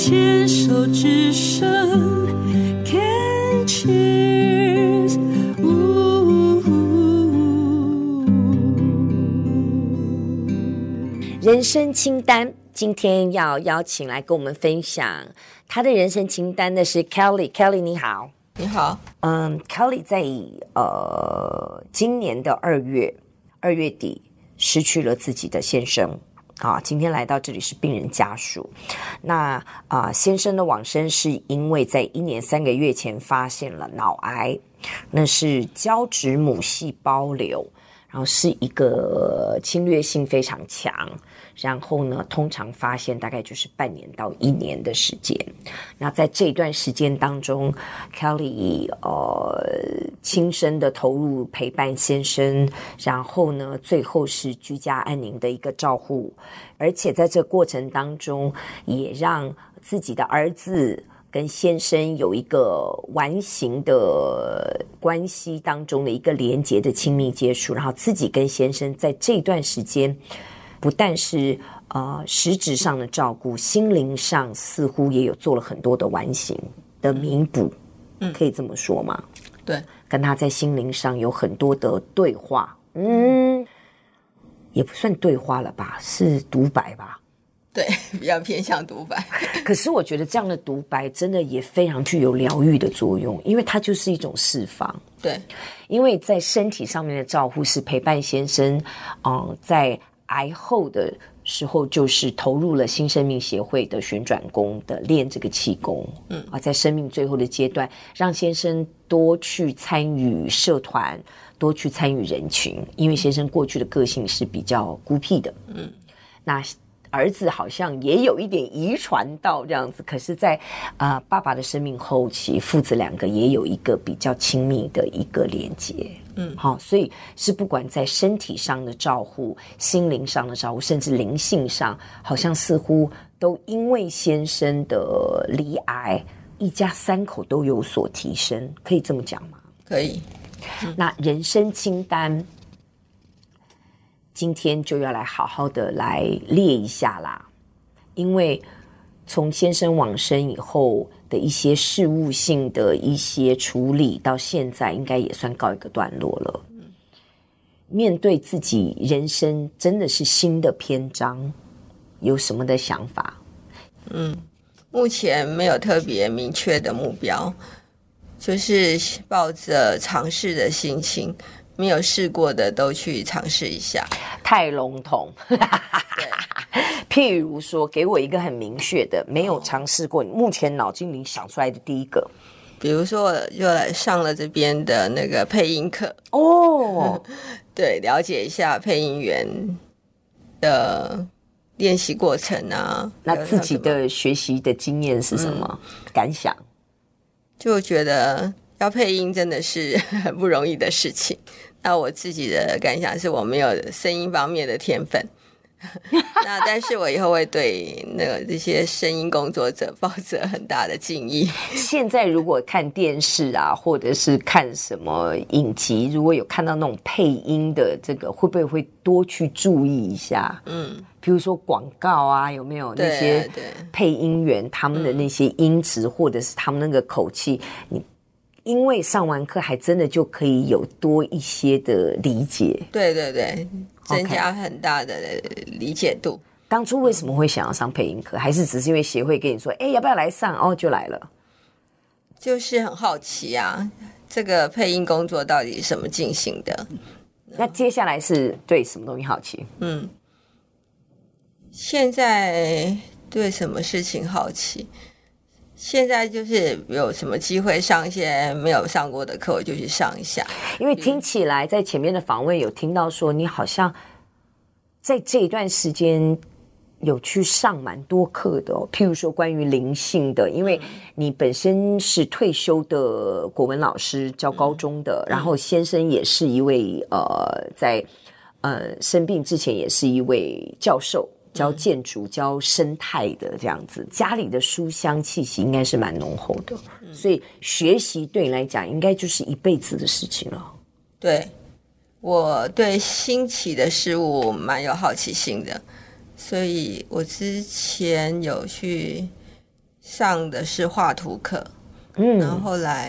牵手之声 Can Cheers。 人生清单，今天要邀请来跟我们分享他的人生清单的是 Kelly。Kelly 你好。 你好。 Kelly 在今年的2月底失去了自己的先生。今天来到这里是病人家属。那先生的往生是因为在1年3个月前发现了脑癌，那是胶质母细胞瘤，然后是一个侵略性非常强，然后呢通常发现大概就是半年到1年的时间。那在这段时间当中 Kelly 亲身的投入陪伴先生，然后呢最后是居家安宁的一个照护，而且在这过程当中也让自己的儿子跟先生有一个完形的关系当中的一个连结的亲密接触，然后自己跟先生在这段时间不但是实质上的照顾，心灵上似乎也有做了很多的完形的弥补，可以这么说吗？ 对， 跟他在心灵上有很多的对话，也不算对话了吧，是独白吧？ 对，比较偏向独白。 可是我觉得这样的独白真的也非常具有疗愈的作用，因为它就是一种释放。 对， 因为在身体上面的照护是陪伴先生，在癌后的时候就是投入了新生命协会的旋转功的练这个气功，在生命最后的阶段让先生多去参与社团，多去参与人群，因为先生过去的个性是比较孤僻的，那儿子好像也有一点遗传到这样子，可是在爸爸的生命后期，父子两个也有一个比较亲密的一个连结，所以是不管在身体上的照护、心灵上的照护，甚至灵性上，好像似乎都因为先生的罹癌，一家3口都有所提升，可以这么讲吗？ 可以。 那人生清单今天就要来好好的来列一下啦，因为从先生往生以后的一些事务性的一些处理，到现在应该也算告一个段落了。面对自己人生真的是新的篇章，有什么的想法？ 目前没有特别明确的目标，就是抱着尝试的心情，没有试过的都去尝试一下。 太笼统。譬如说给我一个很明确的没有尝试过，你目前脑筋里想出来的第一个。 比如说我就来上了这边的那个配音课对，了解一下配音员的练习过程啊。 那自己的学习的经验是什么？感想？ 就觉得要配音真的是很不容易的事情。那我自己的感想是我没有声音方面的天分那但是我以后会对这些声音工作者抱着很大的敬意。 现在如果看电视啊，或者是看什么影集，如果有看到那种配音的这个，会不会多去注意一下？比如说广告啊，有没有那些配音员他们的那些音质，或者是他们那个口气，你因为上完课还真的就可以有多一些的理解。 对对对，增加很大的理解度。 当初为什么会想要上配音课？还是只是因为协会跟你说要不要来上，就来了？ 就是很好奇啊，这个配音工作到底是什么进行的。 那接下来是对什么东西好奇？ 现在对什么事情好奇？现在就是有什么机会上一些没有上过的课，我就去上一下。 因为听起来在前面的访问有听到说，你好像在这一段时间有去上蛮多课的譬如说关于灵性的，因为你本身是退休的国文老师，教高中的，然后先生也是一位在生病之前也是一位教授，教建筑教生态的这样子，家里的书香气息应该是蛮浓厚的，所以学习对你来讲应该就是一辈子的事情了。 对，我对新奇的事物蛮有好奇心的，所以我之前有去上的是画图课，然后后来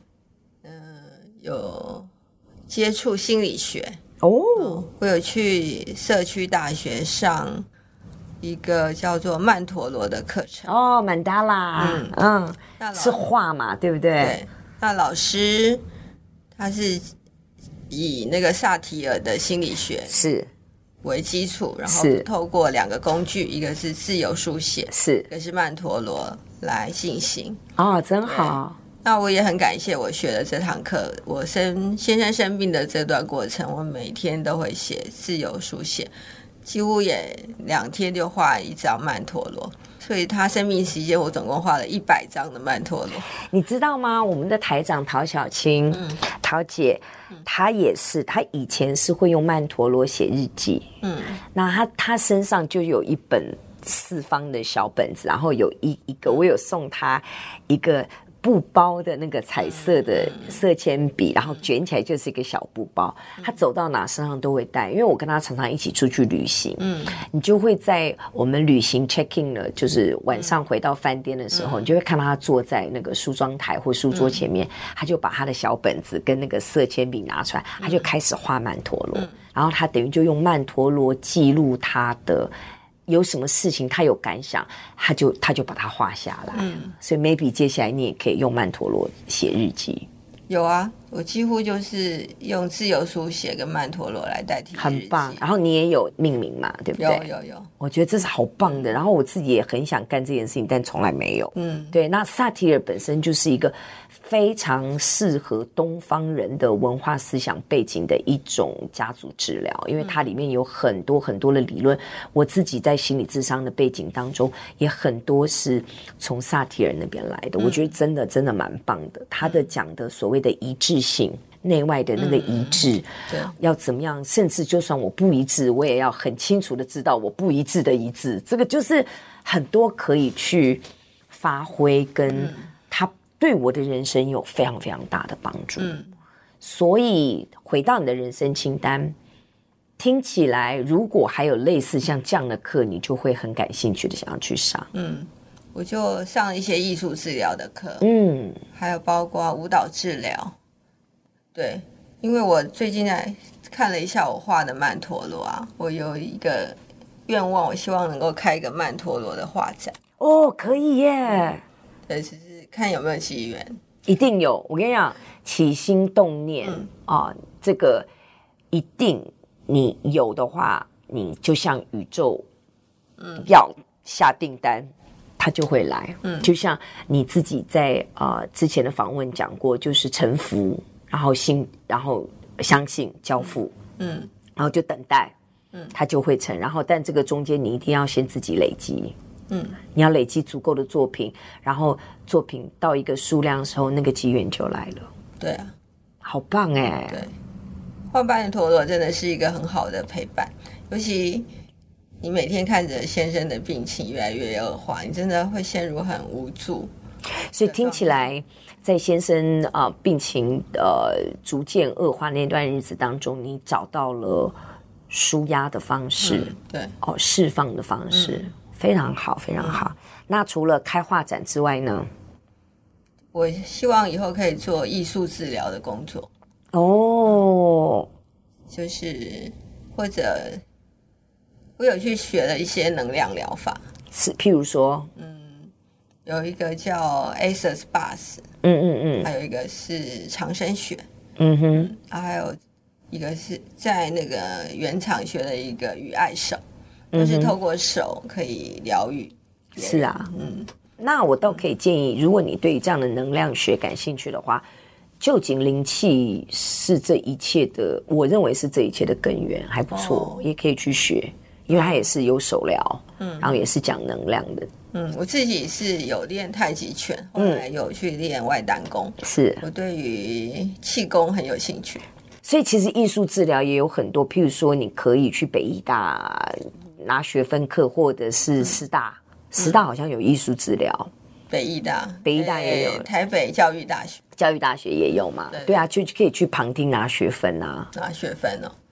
有接触心理学哦， 我有去社区大学上一个叫做曼陀罗的课程哦，曼达拉，是画嘛，对不对？ 对，那老师他是以那个萨提尔的心理学是为基础，然后透过2个工具，一个是自由书写， 是一个是曼陀罗来进行。 哦，真好。 那我也很感谢我学的这堂课。我先生生病的这段过程，我每天都会写自由书写，几乎也2天就画1张曼陀罗。所以他生病期间，我总共画了100张的曼陀罗。 你知道吗？我们的台长陶小青，陶姐，她也是，她以前是会用曼陀罗写日记。那她身上就有一本4方的小本子，然后有一个，我有送她一个布包的那个彩色的色铅笔，然后卷起来就是一个小布包，他走到哪身上都会带，因为我跟他常常一起出去旅行，你就会在我们旅行 check in 了，就是晚上回到饭店的时候，你就会看到他坐在那个梳妆台或书桌前面，他就把他的小本子跟那个色铅笔拿出来，他就开始画曼陀罗，然后他等于就用曼陀罗记录他的有什么事情他有感想，他就把它画下来。所以 maybe 接下来你也可以用曼陀罗写日记。 有啊，我几乎就是用自由书写跟曼陀罗来代替日记， 很棒。然后你也有命名嘛，对不对？ 有， 我觉得这是好棒的。然后我自己也很想干这件事情，但从来没有。对。那萨提尔本身就是一个非常适合东方人的文化思想背景的一种家族治疗，因为它里面有很多很多的理论。我自己在心理咨商的背景当中，也很多是从萨提尔那边来的。我觉得真的真的蛮棒的。他的讲的所谓的一致性，内外的那个一致，要怎么样？甚至就算我不一致，我也要很清楚的知道我不一致的一致。这个就是很多可以去发挥，跟他对我的人生有非常非常大的帮助。所以回到你的人生清单，听起来如果还有类似像这样的课，你就会很感兴趣的想要去上。 我就上了一些艺术治疗的课，还有包括舞蹈治疗。对，因为我最近在看了一下我画的曼陀罗啊，我有一个愿望，我希望能够开一个曼陀罗的画展。 哦，可以耶！ 对，只是看有没有机缘。 一定有，我跟你讲，起心动念这个一定你有的话，你就像宇宙要下订单，它就会来。就像你自己在之前的访问讲过，就是臣服，然后相信，交付，然后就等待，它就会成。然后，但这个中间你一定要先自己累积。你要累积足够的作品，然后作品到一个数量的时候，那个机缘就来了。 对啊， 好棒哎！ 对，画曼陀罗真的是一个很好的陪伴，尤其你每天看着先生的病情越来越恶化，你真的会陷入很无助。 所以听起来，在先生病情逐渐恶化那段日子当中，你找到了抒压的方式， 对， 释放的方式。非常好，非常好。那除了开画展之外呢？ 我希望以后可以做艺术治疗的工作。就是或者我有去学了一些能量疗法， 是譬如说， 有一个叫 Access Bus， 还有一个是长生学，还有一个是在那个原厂学的一个与爱手。就是透过手可以疗愈。 是啊，那我倒可以建议，如果你对这样的能量学感兴趣的话，臼井灵气是这一切的，我认为是这一切的根源，还不错，也可以去学，因为它也是有手疗，然后也是讲能量的。 我自己是有练太极拳，后来有去练外丹功， 是我对于气功很有兴趣。 所以其实艺术治疗也有很多，譬如说你可以去北艺大拿学分课，或者是师大好像有艺术治疗， 北艺大也有， 台北教育大学也有嘛。对啊，就可以去旁听拿学分啊， 拿学分哦。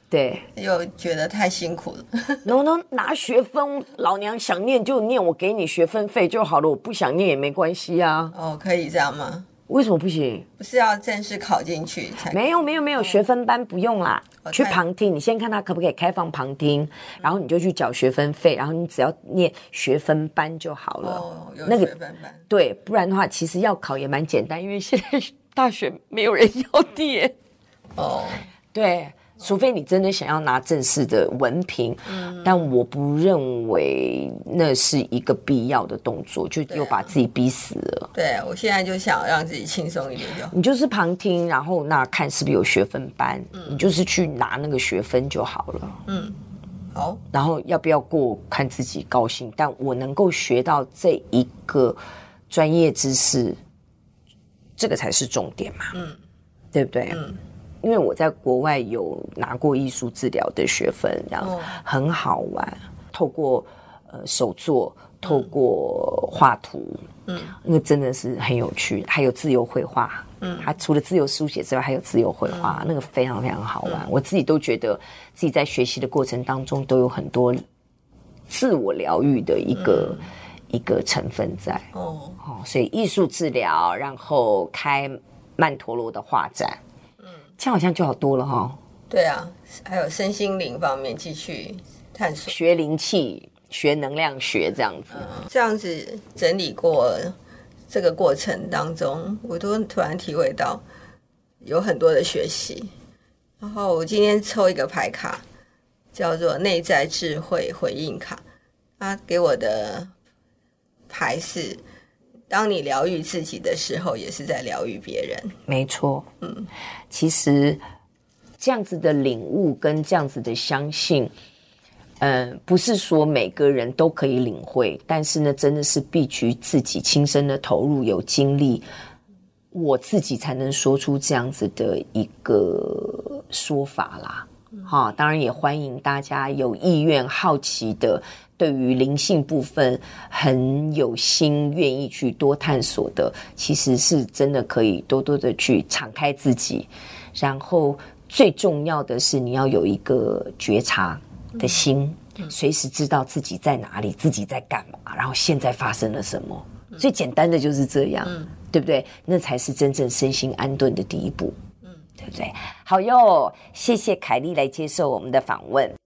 对， 又觉得太辛苦了。 然后拿学分，老娘想念就念，我给你学分费就好了，我不想念也没关系啊。 哦，可以这样吗？ 为什么不行？ 不是要正式考进去才？ 没有，学分班不用啦。去旁听，你先看他可不可以开放旁听，然后你就去缴学分费，然后你只要念学分班就好了。 哦，有学分班。 对，不然的话，其实要考也蛮简单，因为现在大学没有人要念。 哦， 对。除非你真的想要拿正式的文凭，但我不认为那是一个必要的动作，就又把自己逼死了。 对，我现在就想让自己轻松一点就好。 你就是旁听，然后那看是不是有学分班，你就是去拿那个学分就好了。 好。 然后要不要过看自己高兴，但我能够学到这一个专业知识，这个才是重点嘛。对不对？因为我在国外有拿过艺术治疗的学分，这样很好玩。透过手作，透过画图，那个真的是很有趣。还有自由绘画，它除了自由书写之外，还有自由绘画，那个非常非常好玩。我自己都觉得自己在学习的过程当中，都有很多自我疗愈的一个成分在。所以艺术治疗，然后开曼陀罗的画展。这样好像就好多了哈。 对啊，还有身心灵方面继续探索， 学灵气、学能量学这样子。 这样子整理过这个过程当中，我都突然体会到有很多的学习。然后我今天抽一个牌卡，叫做内在智慧回应卡。它给我的牌是：当你疗愈自己的时候，也是在疗愈别人。 没错，其实这样子的领悟跟这样子的相信，不是说每个人都可以领会，但是呢，真的是必须自己亲身的投入，有经历，我自己才能说出这样子的一个说法啦。当然也欢迎大家有意愿、好奇的，对于灵性部分很有心，愿意去多探索的，其实是真的可以多多的去敞开自己。然后最重要的是，你要有一个觉察的心，随时知道自己在哪里，自己在干嘛，然后现在发生了什么。最简单的就是这样，对不对？那才是真正身心安顿的第一步。对不对？好哟，谢谢凯莉来接受我们的访问。